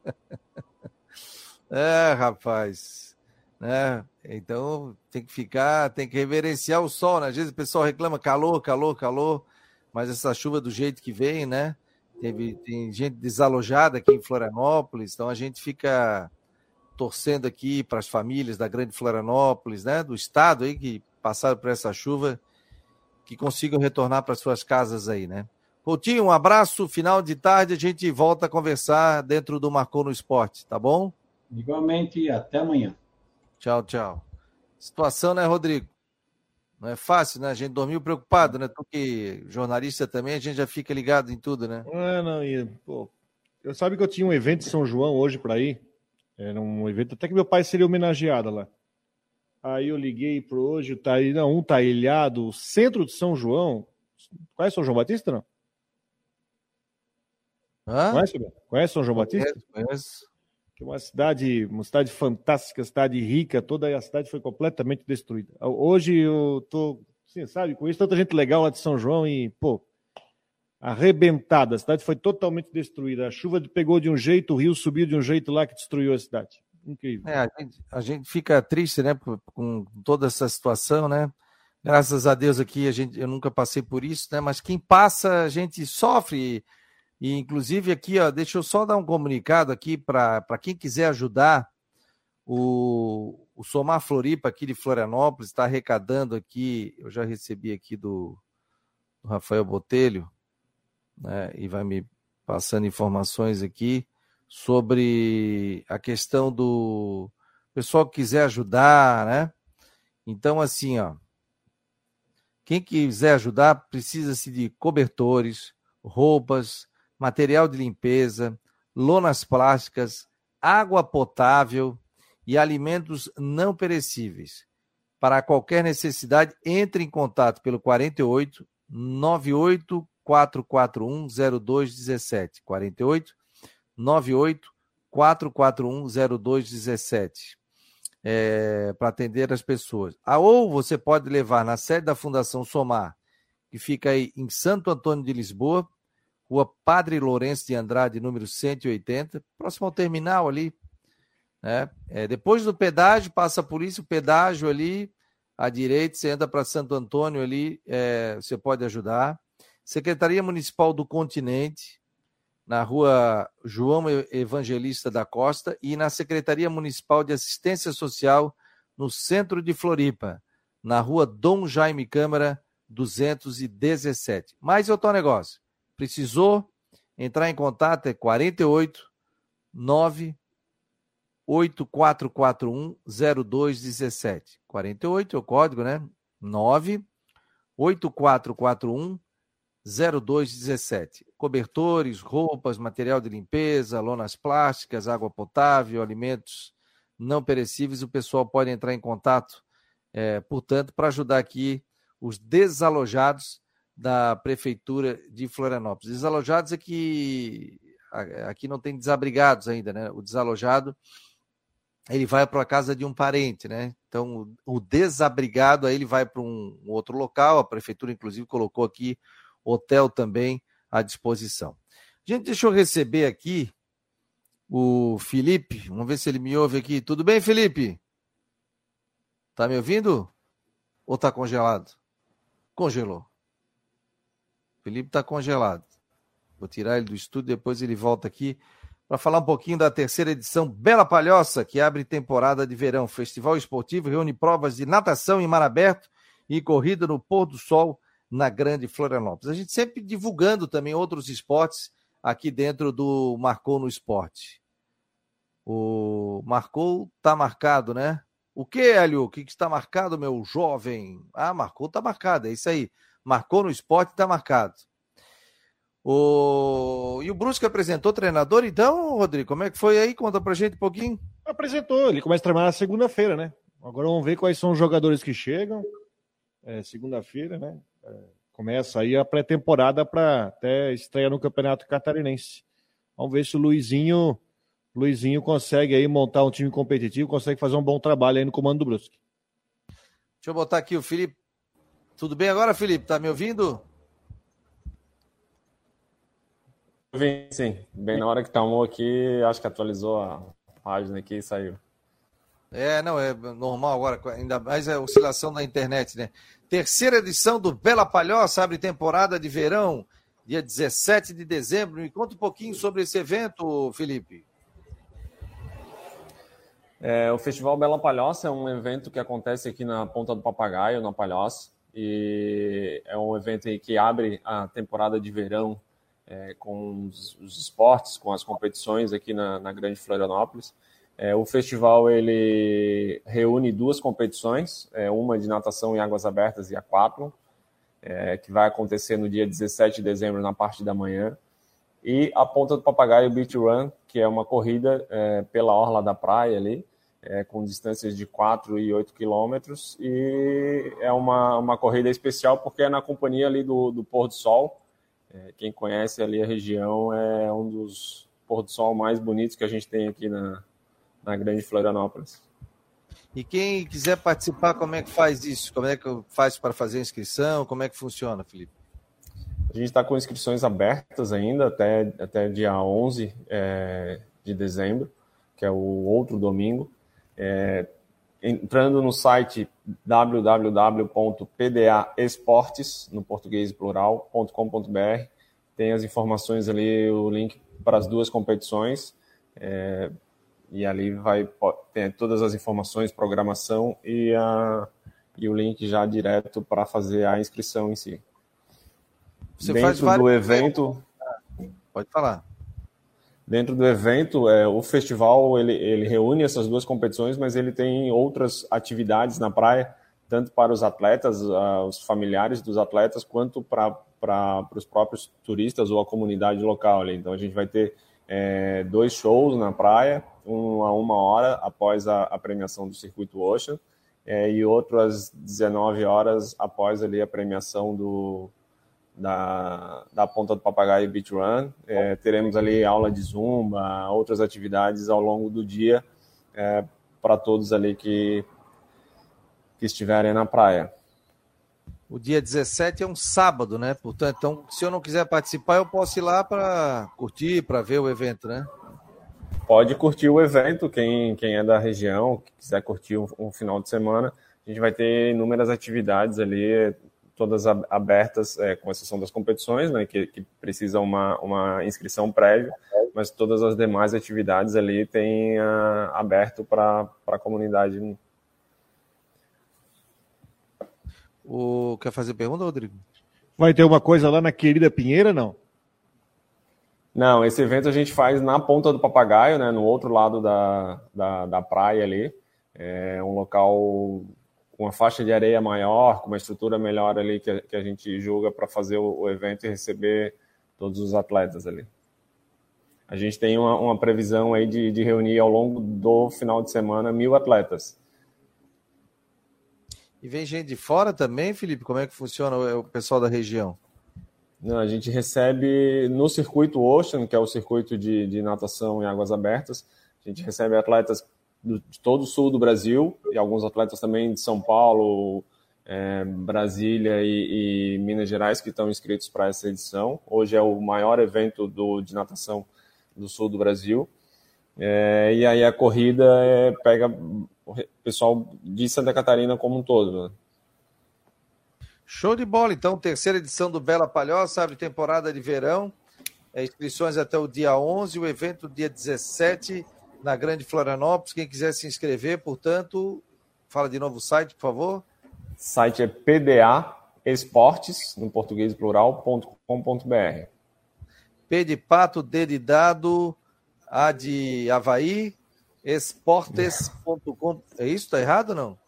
Rapaz. Né? Então tem que reverenciar o sol, né? Às vezes o pessoal reclama calor, mas essa chuva do jeito que vem, né? Tem gente desalojada aqui em Florianópolis, então a gente fica torcendo aqui para as famílias da grande Florianópolis, né? Do estado aí que passaram por essa chuva, que consigam retornar para suas casas aí, né? Coutinho, um abraço, final de tarde, a gente volta a conversar dentro do Marcou no Esporte, tá bom? Igualmente, até amanhã. Tchau, tchau. Situação, né, Rodrigo? Não é fácil, né? A gente dormiu preocupado, né? Tu que jornalista também, a gente já fica ligado em tudo, né? Eu sabe que eu tinha um evento em São João hoje para ir. Era um evento, até que meu pai seria homenageado lá. Aí eu liguei para hoje, tá ilhado, o centro de São João. Conhece São João Batista, não? Conhece São João Batista? Conheço. Que é uma cidade fantástica, cidade rica, toda a cidade foi completamente destruída. Hoje eu tô, assim, sabe, conheço tanta gente legal lá de São João e, arrebentada, a cidade foi totalmente destruída. A chuva pegou de um jeito, o rio subiu de um jeito lá que destruiu a cidade. Incrível. A gente fica triste, né, com toda essa situação, né? Graças a Deus aqui eu nunca passei por isso, né? Mas quem passa, a gente sofre. E, inclusive, aqui, deixa eu só dar um comunicado aqui para quem quiser ajudar. O Somar Floripa aqui de Florianópolis está arrecadando aqui, eu já recebi aqui do Rafael Botelho, né, e vai me passando informações aqui sobre a questão do pessoal que quiser ajudar, né? Então, assim, ó, quem quiser ajudar, precisa-se de cobertores, roupas, material de limpeza, lonas plásticas, água potável e alimentos não perecíveis. Para qualquer necessidade, entre em contato pelo 48 98 441 0217. 48 98 441 0217. Para atender as pessoas. Ou você pode levar na sede da Fundação Somar, que fica aí em Santo Antônio de Lisboa, Rua Padre Lourenço de Andrade, número 180, próximo ao terminal ali, né? Depois do pedágio, passa por isso, o pedágio ali, à direita, você entra para Santo Antônio ali, você pode ajudar. Secretaria Municipal do Continente, na Rua João Evangelista da Costa, e na Secretaria Municipal de Assistência Social, no centro de Floripa, na Rua Dom Jaime Câmara, 217. Mais outro negócio. Precisou entrar em contato, é 48 9 8441 0217. 48 é o código, né? 9 8441 0217. Cobertores, roupas, material de limpeza, lonas plásticas, água potável, alimentos não perecíveis. O pessoal pode entrar em contato, portanto, para ajudar aqui os desalojados da Prefeitura de Florianópolis. Desalojados é que aqui não tem desabrigados ainda, né? O desalojado, ele vai para a casa de um parente, né? Então, o desabrigado, aí ele vai para um outro local. A Prefeitura, inclusive, colocou aqui hotel também à disposição. Gente, deixa eu receber aqui o Felipe. Vamos ver se ele me ouve aqui. Tudo bem, Felipe? Tá me ouvindo? Ou tá congelado? Congelou. Felipe tá congelado. Vou tirar ele do estúdio, depois ele volta aqui para falar um pouquinho da terceira edição Bela Palhoça, que abre temporada de verão. Festival esportivo reúne provas de natação em mar aberto e corrida no pôr do sol na Grande Florianópolis. A gente sempre divulgando também outros esportes aqui dentro do Marcou no Esporte. O Marcou tá marcado, né? O que, Hélio? O que está marcado, meu jovem? Marcou, tá marcado, é isso aí. Marcou no Esporte, tá marcado. E o Brusque apresentou treinador, então, Rodrigo, como é que foi aí? Conta pra gente um pouquinho. Apresentou, ele começa a treinar na segunda-feira, né? Agora vamos ver quais são os jogadores que chegam. Segunda-feira, né? Começa aí a pré-temporada para até estreia no Campeonato Catarinense. Vamos ver se o Luizinho consegue aí montar um time competitivo, consegue fazer um bom trabalho aí no comando do Brusque. Deixa eu botar aqui o Felipe. Tudo bem agora, Felipe? Tá me ouvindo? Sim. Bem na hora que tomou aqui, acho que atualizou a página aqui e saiu. Não, é normal agora, ainda mais a oscilação da internet, né? Terceira edição do Bela Palhoça, abre temporada de verão, dia 17 de dezembro. Me conta um pouquinho sobre esse evento, Felipe. O Festival Bela Palhoça é um evento que acontece aqui na Ponta do Papagaio, na Palhoça, e é um evento aí que abre a temporada de verão com os esportes, com as competições aqui na Grande Florianópolis. O festival ele reúne duas competições, uma de natação em águas abertas e aquátlon, que vai acontecer no dia 17 de dezembro, na parte da manhã, e a Ponta do Papagaio Beach Run, que é uma corrida pela orla da praia ali, com distâncias de 4 e 8 quilômetros, e é uma corrida especial porque é na companhia ali do pôr do sol. Quem conhece ali a região, é um dos pôr do sol mais bonitos que a gente tem aqui na Grande Florianópolis. E quem quiser participar, como é que faz isso? Como é que faz para fazer a inscrição? Como é que funciona, Felipe? A gente está com inscrições abertas ainda até dia 11 de dezembro, que é o outro domingo. Entrando no site www.pdaesportes, no português plural.com.br, tem as informações ali, o link para as duas competições, e ali tem todas as informações, programação e o link já direto para fazer a inscrição em si. Você dentro faz vários do evento. Pode falar. Dentro do evento, o festival ele reúne essas duas competições, mas ele tem outras atividades na praia, tanto para os atletas, os familiares dos atletas, quanto para os próprios turistas ou a comunidade local ali. Então a gente vai ter 2 shows na praia, um a 1 hora após a premiação do Circuito Ocean, e outro às 19 horas após ali a premiação da Ponta do Papagaio Beach Run. Teremos ali aula de zumba, outras atividades ao longo do dia para todos ali que estiverem na praia. O dia 17 é um sábado, né? Portanto, então, se eu não quiser participar, eu posso ir lá para curtir, para ver o evento, né? Pode curtir o evento, quem é da região, que quiser curtir um final de semana. A gente vai ter inúmeras atividades ali, todas abertas, com exceção das competições, né, que precisam uma inscrição prévia, mas todas as demais atividades ali têm aberto para a comunidade. Quer fazer pergunta, Rodrigo? Vai ter uma coisa lá na Querida Pinheira, não? Não, esse evento a gente faz na Ponta do Papagaio, né, no outro lado da praia ali. É um local com uma faixa de areia maior, com uma estrutura melhor ali que a gente julga para fazer o evento e receber todos os atletas ali. A gente tem uma previsão aí de reunir ao longo do final de semana 1.000 atletas. E vem gente de fora também, Felipe? Como é que funciona o pessoal da região? Não, a gente recebe no circuito Ocean, que é o circuito de natação em águas abertas, a gente recebe atletas de todo o sul do Brasil e alguns atletas também de São Paulo, Brasília e Minas Gerais que estão inscritos para essa edição. Hoje é o maior evento de natação do sul do Brasil. E aí a corrida pega o pessoal de Santa Catarina como um todo, né? Show de bola, então, terceira edição do Bela Palhoça, abre temporada de verão, inscrições até o dia 11, o evento dia 17, na Grande Florianópolis. Quem quiser se inscrever, portanto, fala de novo o site, por favor. O site é pdaesportes, no português plural.com.br. P de pato, D de dado, A de Havaí, esportes.com. É isso? Tá errado ou não?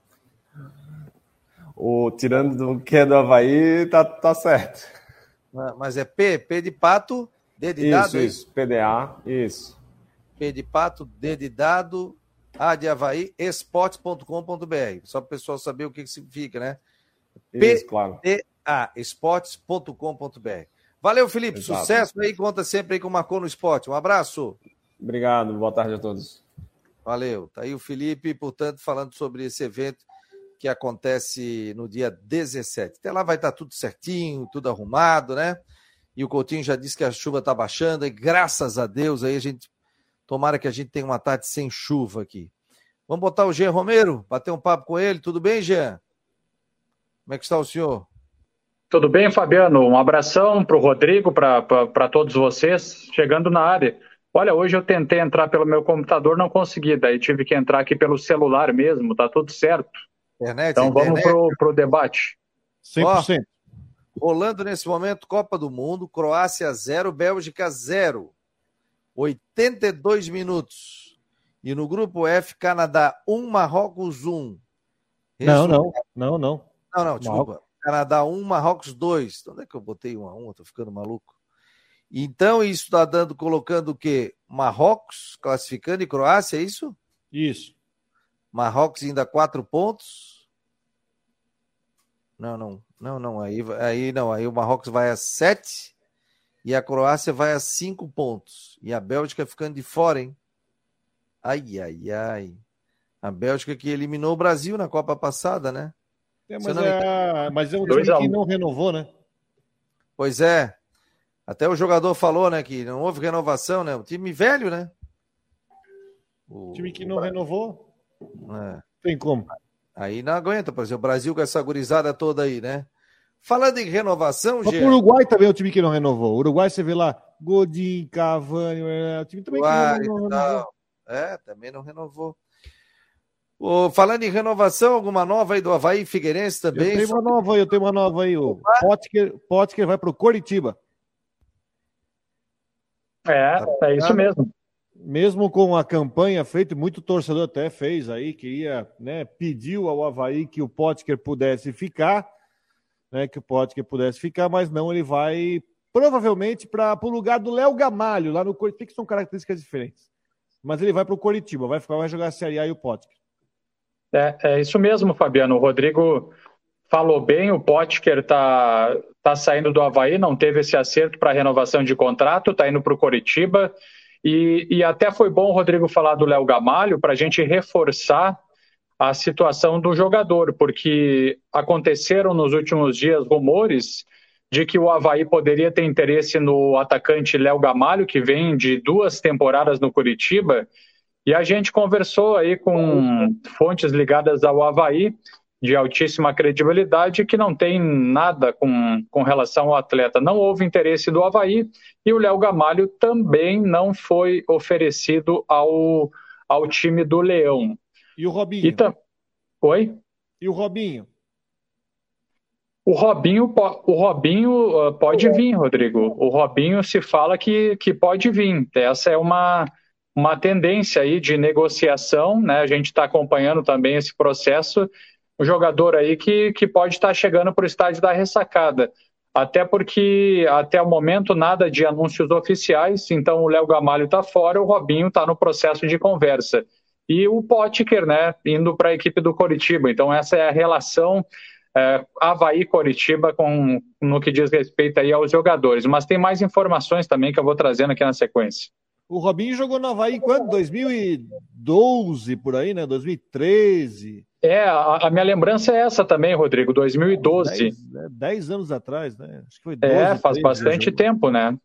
Tirando do que é do Havaí, tá certo. Mas é P de pato, D de dado? Isso, PDA, isso. P de pato, D de dado, A de Havaí, esportes.com.br. Só para o pessoal saber o que significa, né? Isso, claro. PDA, esportes.com.br. Valeu, Felipe. Exato. Sucesso aí. Conta sempre aí com o Marcou no Esporte. Um abraço. Obrigado. Boa tarde a todos. Valeu. Tá aí o Felipe, portanto, falando sobre esse evento que acontece no dia 17. Até lá vai estar tudo certinho, tudo arrumado, né? E o Coutinho já disse que a chuva está baixando, e graças a Deus aí tomara que a gente tenha uma tarde sem chuva aqui. Vamos botar o Jean Romero, bater um papo com ele. Tudo bem, Jean? Como é que está o senhor? Tudo bem, Fabiano? Um abração para o Rodrigo, para todos vocês, chegando na área. Olha, hoje eu tentei entrar pelo meu computador, não consegui, daí tive que entrar aqui pelo celular mesmo, tá tudo certo. Então vamos pro debate. 100%. Rolando nesse momento, Copa do Mundo, Croácia 0, Bélgica 0. 82 minutos. E no grupo F, Canadá 1, Marrocos 1. Não, desculpa. Canadá 1, Marrocos 2. Onde é que eu botei 1-1? Tô ficando maluco. Então, isso está colocando o quê? Marrocos classificando e Croácia, é isso? Isso. Marrocos ainda 4 pontos. Não. Aí o Marrocos vai a 7 e a Croácia vai a 5 pontos. E a Bélgica ficando de fora, hein? Ai. A Bélgica que eliminou o Brasil na Copa passada, né? Mas é um time que não renovou, né? Pois é. Até o jogador falou, né, que não houve renovação, né? O time velho, né? O time que não renovou? É. Tem como. Aí não aguenta, por exemplo, o Brasil com essa gurizada toda aí, né? Falando em renovação, Gê. O Uruguai também é o time que não renovou. O Uruguai, você vê lá, Godin, Cavani, o time também que não renovou. Também não renovou. Falando em renovação, alguma nova aí do Avaí Figueirense também? Eu tenho uma nova aí. O Potker vai para o Coritiba. É isso mesmo. Mesmo com a campanha feita, muito torcedor até fez aí, queria, né, pediu ao Avaí que o Potker pudesse ficar, né, mas não, ele vai provavelmente para o lugar do Léo Gamalho, lá no Coritiba, que são características diferentes. Mas ele vai para o Coritiba, vai jogar a Série A e o Potker. É isso mesmo, Fabiano. O Rodrigo falou bem, o Potker tá saindo do Avaí, não teve esse acerto para renovação de contrato, está indo para o Coritiba. E até foi bom o Rodrigo falar do Léo Gamalho para a gente reforçar a situação do jogador, porque aconteceram nos últimos dias rumores de que o Avaí poderia ter interesse no atacante Léo Gamalho, que vem de 2 temporadas no Coritiba, e a gente conversou aí com fontes ligadas ao Avaí, de altíssima credibilidade, que não tem nada com relação ao atleta. Não houve interesse do Avaí e o Léo Gamalho também não foi oferecido ao time do Leão. E o Robinho? Oi? E o Robinho? O Robinho pode vir, Rodrigo. O Robinho se fala que pode vir. Essa é uma tendência aí de negociação, né? A gente está acompanhando também esse processo. Um jogador aí que pode estar chegando para o estádio da ressacada. Até porque, até o momento, nada de anúncios oficiais, então o Léo Gamalho está fora, o Robinho está no processo de conversa. E o Potker, né, indo para a equipe do Coritiba. Então essa é a relação Avaí-Coritiba no que diz respeito aí aos jogadores. Mas tem mais informações também que eu vou trazendo aqui na sequência. O Robinho jogou no Avaí quando? 2012, por aí, né? 2013. A minha lembrança é essa também, Rodrigo, 2012. 10 anos atrás, né? Acho que foi 12, faz bastante tempo, né?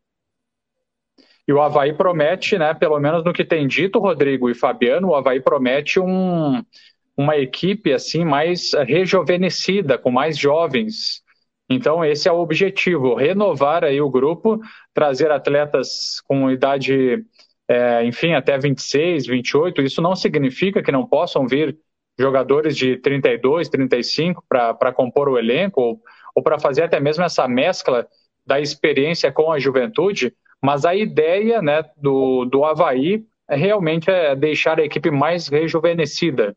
E o Avaí promete, né, pelo menos no que tem dito, Rodrigo e Fabiano, o Avaí promete uma equipe assim mais rejuvenescida, com mais jovens. Então esse é o objetivo, renovar aí o grupo, trazer atletas com idade, enfim, até 26, 28. Isso não significa que não possam vir jogadores de 32, 35 para compor o elenco ou para fazer até mesmo essa mescla da experiência com a juventude, mas a ideia, né, do Avaí realmente é deixar a equipe mais rejuvenescida.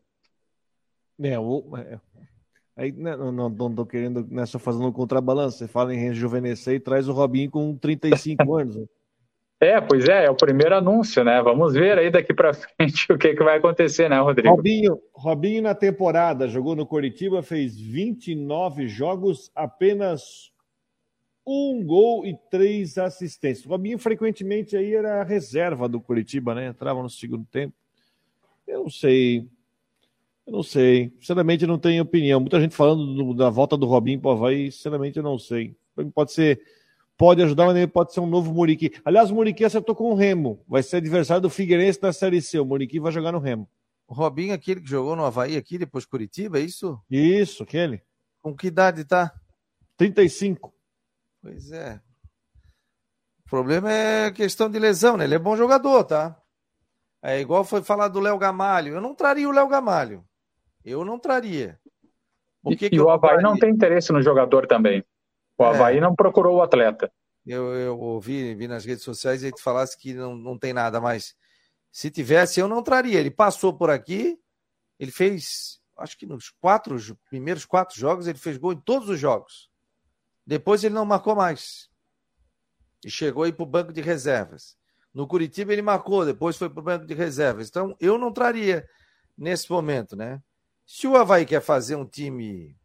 Aí não estou querendo só fazendo um contrabalanço. Você fala em rejuvenescer e traz o Robinho com 35 anos. Pois é o primeiro anúncio, né? Vamos ver aí daqui para frente o que vai acontecer, né, Rodrigo? Robinho na temporada jogou no Coritiba, fez 29 jogos, apenas 1 gol e 3 assistências. O Robinho frequentemente aí era a reserva do Coritiba, né? Entrava no segundo tempo. Eu não sei. Sinceramente, não tenho opinião. Muita gente falando da volta do Robinho para o Avaí, sinceramente, eu não sei. Pode ajudar, mas ele pode ser um novo Muriqui. Aliás, o Muriqui acertou com o Remo. Vai ser adversário do Figueirense na Série C. O Muriqui vai jogar no Remo. O Robinho, aquele que jogou no Avaí aqui, depois Curitiba, é isso? Isso, aquele. Com que idade tá? 35. Pois é. O problema é questão de lesão, né? Ele é bom jogador, tá? É igual foi falar do Léo Gamalho. Eu não traria o Léo Gamalho. Eu não traria. E o Avaí não tem interesse no jogador também. O Avaí não procurou o atleta. Eu ouvi nas redes sociais e ele falasse que não tem nada, mas se tivesse, eu não traria. Ele passou por aqui, ele fez, acho que nos primeiros 4 jogos, ele fez gol em todos os jogos. Depois ele não marcou mais. E chegou aí para o banco de reservas. No Curitiba ele marcou, depois foi para o banco de reservas. Então, eu não traria nesse momento, né? Se o Avaí quer fazer um time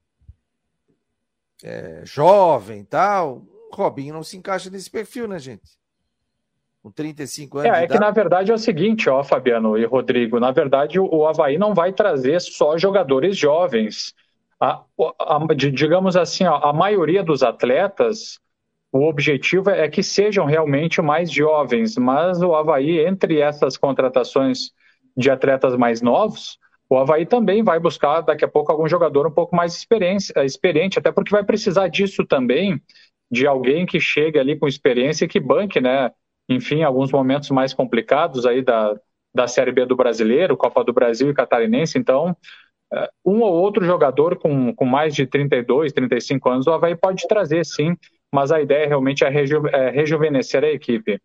jovem e tal, o Robinho não se encaixa nesse perfil, né, gente? Com 35 anos de idade. Que na verdade é o seguinte, Fabiano e Rodrigo, na verdade o Avaí não vai trazer só jogadores jovens. Digamos assim, a maioria dos atletas, o objetivo é que sejam realmente mais jovens, mas o Avaí, entre essas contratações de atletas mais novos, o Avaí também vai buscar daqui a pouco algum jogador um pouco mais experiente, até porque vai precisar disso também, de alguém que chegue ali com experiência e que banque, né? Enfim, alguns momentos mais complicados aí da Série B do Brasileiro, Copa do Brasil e Catarinense, então um ou outro jogador com mais de 32, 35 anos, o Avaí pode trazer, sim, mas a ideia realmente é rejuvenescer a equipe.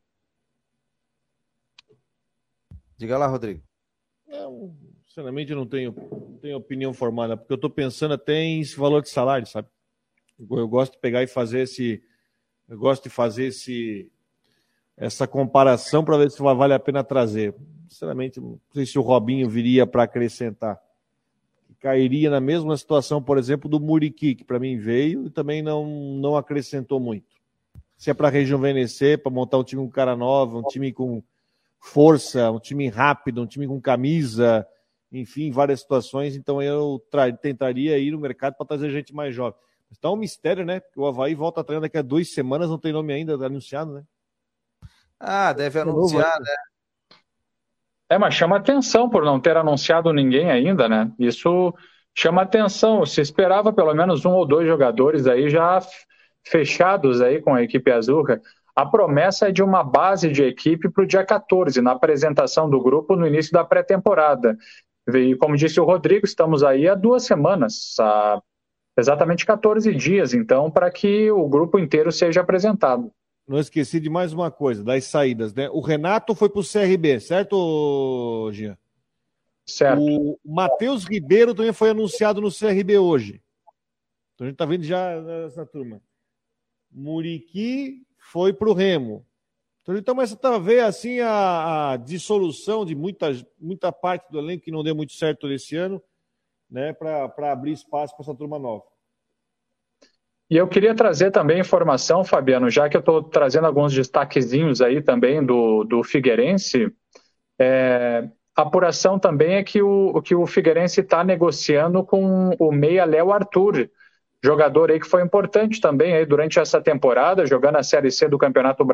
Diga lá, Rodrigo. Sinceramente, eu não tenho opinião formada, porque eu estou pensando até em esse valor de salário, sabe? Eu gosto de pegar e fazer essa comparação para ver se vale a pena trazer. Sinceramente, não sei se o Robinho viria para acrescentar. Cairia na mesma situação, por exemplo, do Muriqui, que para mim veio e também não acrescentou muito. Se é para rejuvenescer, para montar um time com cara nova, um time com força, um time rápido, um time com camisa, enfim, várias situações, então eu tentaria ir no mercado para trazer gente mais jovem. Mas tá um mistério, né? Porque o Avaí volta a treinar daqui a 2 semanas, não tem nome ainda anunciado, né? Deve anunciar, né? Mas chama atenção por não ter anunciado ninguém ainda, né? Isso chama atenção. Se esperava pelo menos 1 ou 2 jogadores aí já fechados aí com a equipe azurra. A promessa é de uma base de equipe para o dia 14, na apresentação do grupo no início da pré-temporada. E como disse o Rodrigo, estamos aí há 2 semanas, há exatamente 14 dias, então, para que o grupo inteiro seja apresentado. Não esqueci de mais uma coisa, das saídas, né? O Renato foi para o CRB, certo, Jean? Certo. O Matheus Ribeiro também foi anunciado no CRB hoje. Então a gente está vendo já nessa turma. Muriqui foi para o Remo. Então a gente começa a ver assim a dissolução de muita parte do elenco que não deu muito certo esse ano, né? Para abrir espaço para essa turma nova. E eu queria trazer também informação, Fabiano, já que eu estou trazendo alguns destaquezinhos aí também do Figueirense. A apuração também é que o Figueirense está negociando com o meia Léo Arthur, jogador aí que foi importante também aí durante essa temporada, jogando a Série C do Campeonato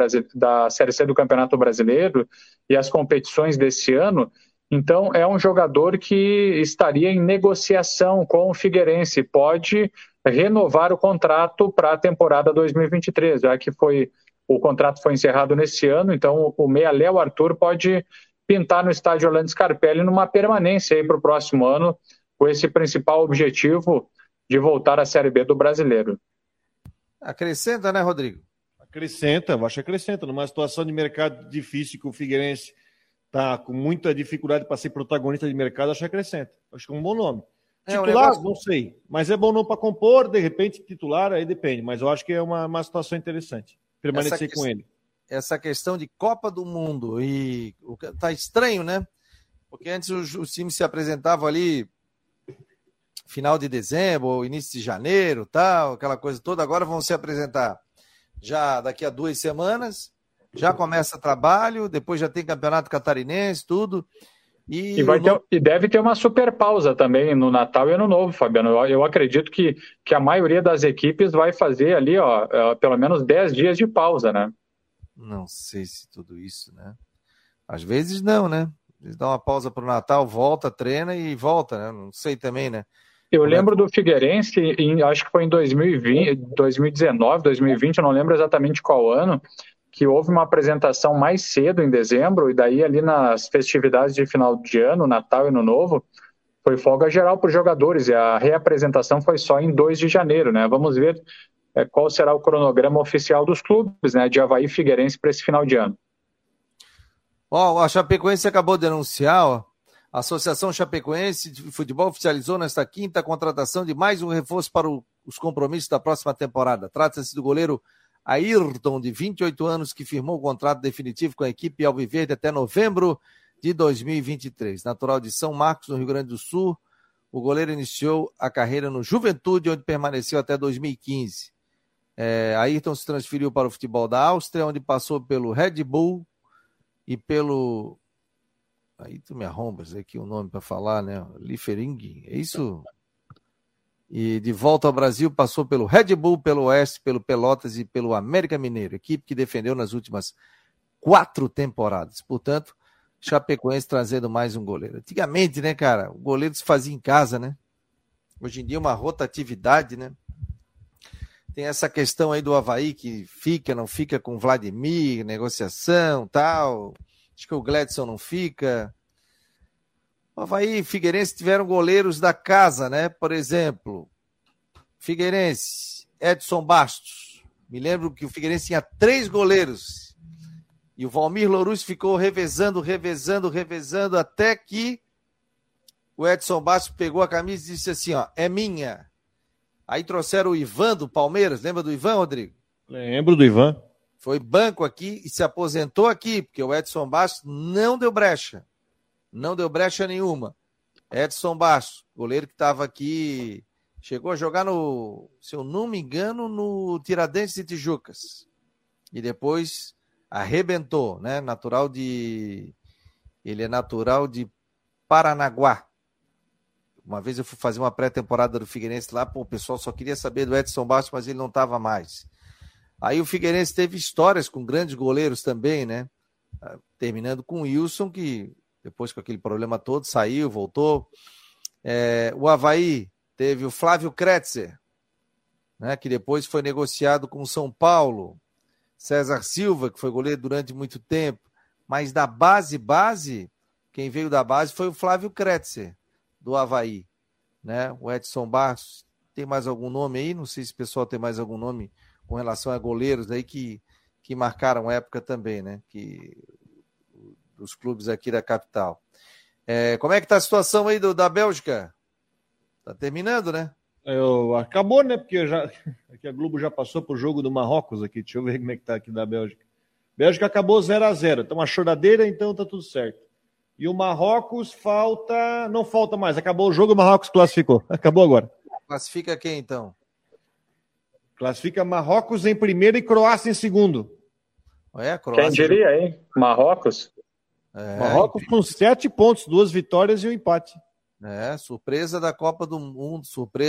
Brasileiro e as competições desse ano. Então, é um jogador que estaria em negociação com o Figueirense, pode renovar o contrato para a temporada 2023, já que o contrato foi encerrado nesse ano, então o meia Léo Arthur pode pintar no estádio Orlando Scarpelli numa permanência aí para o próximo ano, com esse principal objetivo de voltar à Série B do Brasileiro. Acrescenta, né, Rodrigo? Acrescenta, eu acho que acrescenta. Numa situação de mercado difícil que o Figueirense está com muita dificuldade para ser protagonista de mercado, acho que acrescenta. Acho que é um bom nome. Titular, não sei. Mas é bom não para compor, de repente titular, aí depende. Mas eu acho que é uma situação interessante. Permanecer com ele. Essa questão de Copa do Mundo, e tá estranho, né? Porque antes os times se apresentavam ali final de dezembro, início de janeiro, tal, aquela coisa toda. Agora vão se apresentar já daqui a 2 semanas, já começa trabalho, depois já tem campeonato catarinense, tudo. E deve ter uma super pausa também no Natal e Ano Novo, Fabiano. Eu acredito que a maioria das equipes vai fazer ali, pelo menos 10 dias de pausa, né? Não sei se tudo isso, né? Às vezes não, né? Eles dão uma pausa para o Natal, volta, treina e volta, né? Não sei também, né? Eu lembro do Figueirense, acho que foi em 2020, 2019, 2020, eu não lembro exatamente qual ano, que houve uma apresentação mais cedo, em dezembro, e daí ali nas festividades de final de ano, Natal e Ano Novo, foi folga geral para os jogadores, e a reapresentação foi só em 2 de janeiro, né? Vamos ver qual será o cronograma oficial dos clubes, né, de Avaí e Figueirense para esse final de ano. A Chapecoense acabou de anunciar, a Associação Chapecoense de Futebol oficializou nesta quinta a contratação de mais um reforço para os compromissos da próxima temporada. Trata-se do goleiro Ayrton, de 28 anos, que firmou o contrato definitivo com a equipe alviverde até novembro de 2023. Natural de São Marcos, no Rio Grande do Sul, o goleiro iniciou a carreira no Juventude, onde permaneceu até 2015. Ayrton se transferiu para o futebol da Áustria, onde passou pelo Red Bull e pelo... Aí tu me arrombas aqui o nome para falar, né? Liefering, é isso? E de volta ao Brasil passou pelo Red Bull, pelo Oeste, pelo Pelotas e pelo América Mineiro, equipe que defendeu nas últimas 4 temporadas. Portanto, Chapecoense trazendo mais um goleiro. Antigamente, né, cara, o goleiro se fazia em casa, né? Hoje em dia uma rotatividade, né? Tem essa questão aí do Avaí que fica, não fica com Vladimir, negociação, tal. Acho que o Gladson não fica. O Avaí e Figueirense tiveram goleiros da casa, né? Por exemplo, Figueirense, Edson Bastos. Me lembro que o Figueirense tinha 3 goleiros. E o Valmir Louruz ficou revezando, até que o Edson Bastos pegou a camisa e disse assim, ó, é minha. Aí trouxeram o Ivan do Palmeiras, lembra do Ivan, Rodrigo? Lembro do Ivan. Foi banco aqui e se aposentou aqui, porque o Edson Bastos não deu brecha. Não deu brecha nenhuma. Edson Bastos, goleiro que estava aqui, chegou a jogar no, se eu não me engano, no Tiradentes de Tijucas. E depois arrebentou, né? Ele é natural de Paranaguá. Uma vez eu fui fazer uma pré-temporada do Figueirense lá, o pessoal só queria saber do Edson Bastos, mas ele não estava mais. Aí o Figueirense teve histórias com grandes goleiros também, né? Terminando com o Wilson, que depois com aquele problema todo saiu, voltou. O Avaí teve o Flávio Kretzer, né? Que depois foi negociado com o São Paulo. César Silva, que foi goleiro durante muito tempo. Mas da base, quem veio da base foi o Flávio Kretzer, do Avaí, né? O Edson Bastos, tem mais algum nome aí? Não sei se o pessoal tem mais algum nome com relação a goleiros aí que marcaram época também, né? Dos clubes aqui da capital. Como é que tá a situação aí da Bélgica? Tá terminando, né? Acabou, né? Porque aqui a Globo já passou pro jogo do Marrocos aqui. Deixa eu ver como é que tá aqui da Bélgica. Bélgica acabou 0-0. Então uma choradeira, então tá tudo certo. E o Marrocos não falta mais. Acabou o jogo, o Marrocos classificou. Acabou agora. Classifica quem, então? Classifica Marrocos em primeiro e Croácia em segundo. Croácia... Quem diria, hein? Marrocos? Marrocos com 7 pontos, 2 vitórias e um empate. Surpresa da Copa do Mundo.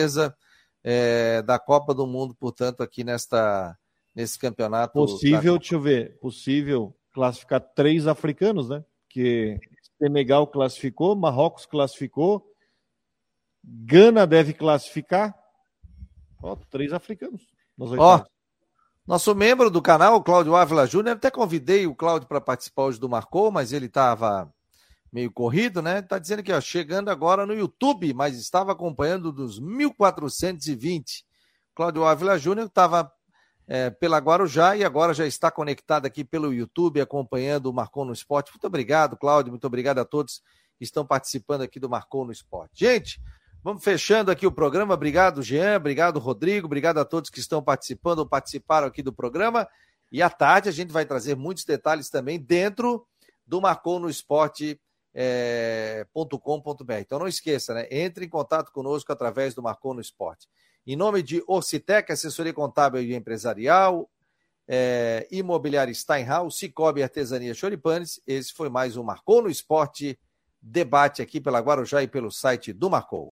Da Copa do Mundo, portanto, aqui nesse campeonato. Deixa eu ver, possível classificar 3 africanos, né? Que Senegal classificou, Marrocos classificou, Gana deve classificar. 3 africanos. Nosso membro do canal, o Cláudio Ávila Júnior, até convidei o Cláudio para participar hoje do Marcou, mas ele estava meio corrido, né? Está dizendo que chegando agora no YouTube, mas estava acompanhando dos 1420. Cláudio Ávila Júnior estava pela Guarujá e agora já está conectado aqui pelo YouTube, acompanhando o Marcou no Esporte. Muito obrigado, Cláudio, muito obrigado a todos que estão participando aqui do Marcou no Esporte. Gente, vamos fechando aqui o programa. Obrigado, Jean, obrigado, Rodrigo, obrigado a todos que estão participando ou participaram aqui do programa. E à tarde a gente vai trazer muitos detalhes também dentro do Marcou no Esporte. .com.br. Então não esqueça, né? Entre em contato conosco através do Marcou no Esporte. Em nome de Orcitec, assessoria contábil e empresarial, Imobiliária Steinhaus, Cicobi Artesania Choripanes, esse foi mais um Marcou no Esporte debate aqui pela Guarujá e pelo site do Marcou.